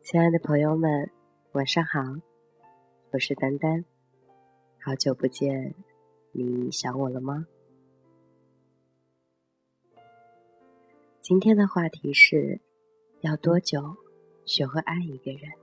亲爱的朋友们，晚上好，我是丹丹，好久不见，你想我了吗？今天的话题是，要多久学会爱一个人？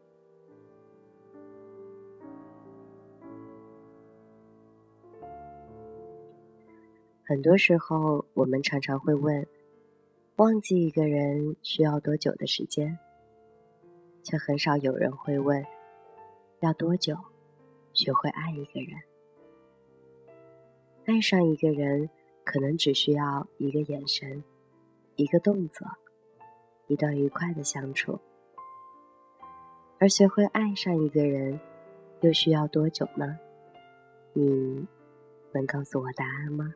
很多时候，我们常常会问，忘记一个人需要多久的时间？却很少有人会问，要多久学会爱一个人？爱上一个人，可能只需要一个眼神，一个动作，一段愉快的相处。而学会爱上一个人，又需要多久呢？你能告诉我答案吗？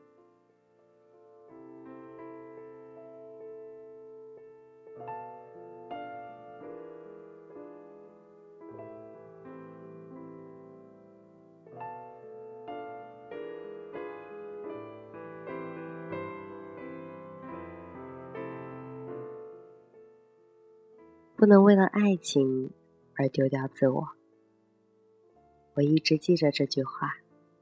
不能为了爱情而丢掉自我。我一直记着这句话。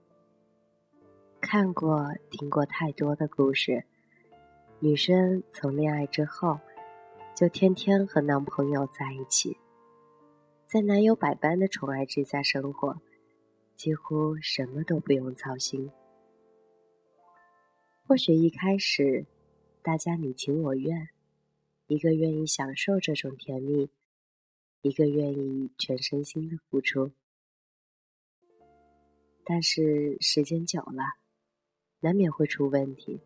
看过、听过太多的故事，女生从恋爱之后，就天天和男朋友在一起，在男友百般的宠爱之下生活，几乎什么都不用操心。或许一开始，大家你情我愿，一个愿意享受这种甜蜜，一个愿意全身心的付出。但是时间久了，难免会出问题。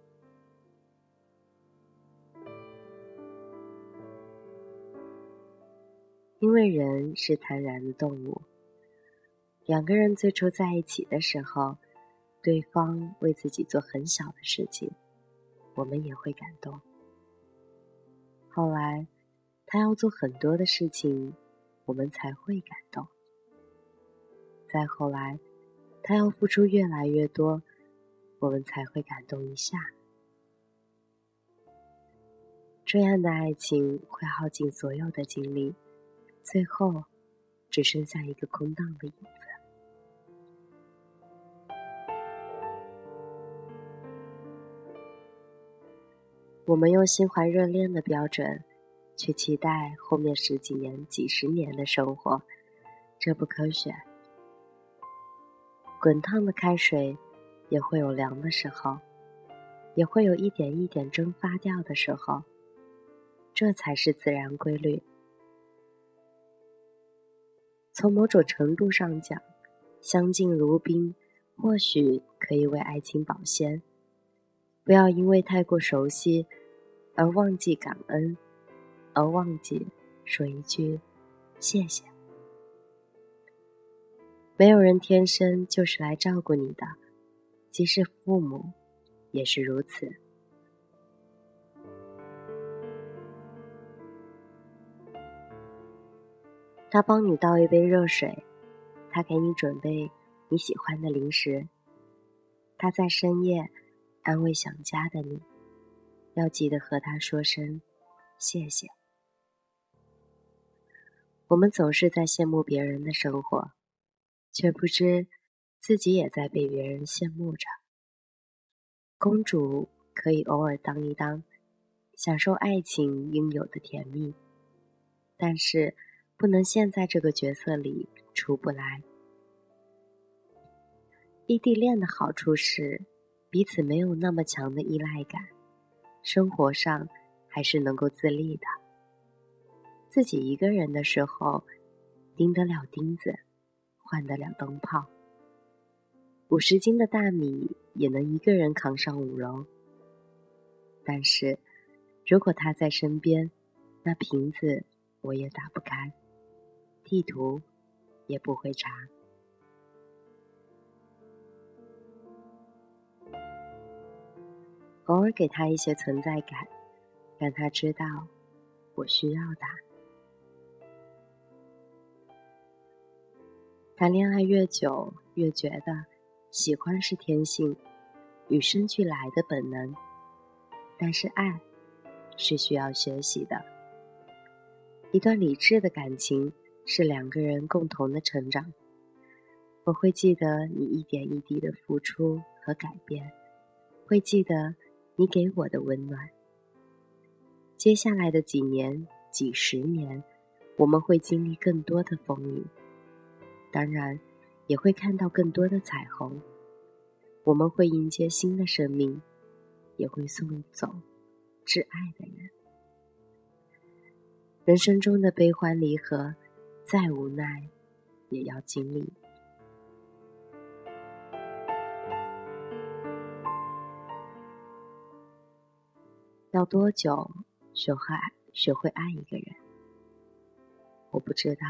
因为人是贪婪的动物，两个人最初在一起的时候，对方为自己做很小的事情，我们也会感动。后来他要做很多的事情，我们才会感动。再后来他要付出越来越多，我们才会感动一下。这样的爱情会耗尽所有的精力，最后只剩下一个空荡的影子。我们用心怀热恋的标准去期待后面10几年、几十年的生活，这不科学。滚烫的开水也会有凉的时候，也会有一点一点蒸发掉的时候，这才是自然规律。从某种程度上讲，相敬如宾或许可以为爱情保鲜。不要因为太过熟悉而忘记感恩，而忘记说一句谢谢。没有人天生就是来照顾你的，即使父母也是如此。他帮你倒一杯热水，他给你准备你喜欢的零食，他在深夜安慰想家的你，要记得和他说声谢谢。我们总是在羡慕别人的生活，却不知自己也在被别人羡慕着。公主可以偶尔当一当，享受爱情应有的甜蜜，但是不能陷在这个角色里出不来。异地恋的好处是彼此没有那么强的依赖感，生活上还是能够自立的。自己一个人的时候，钉得了钉子，换得了灯泡。50斤的大米也能一个人扛上5楼。但是如果他在身边，那瓶子我也打不开，地图也不会查。偶尔给他一些存在感，让他知道我需要他。谈恋爱越久，越觉得喜欢是天性，与生俱来的本能，但是爱是需要学习的。 一段理智的感情是两个人共同的成长。我会记得你一点一滴的付出和改变，会记得你给我的温暖。接下来的几年、几十年，我们会经历更多的风雨，当然也会看到更多的彩虹。我们会迎接新的生命，也会送走挚爱的人。人生中的悲欢离合，再无奈也要经历。要多久学会爱一个人？我不知道，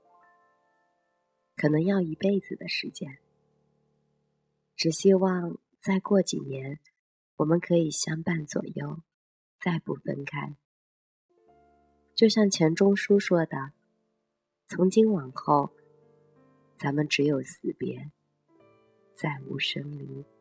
可能要一辈子的时间。只希望再过几年，我们可以相伴左右，再不分开。就像钱钟书说的，从今往后，咱们只有死别，再无生离。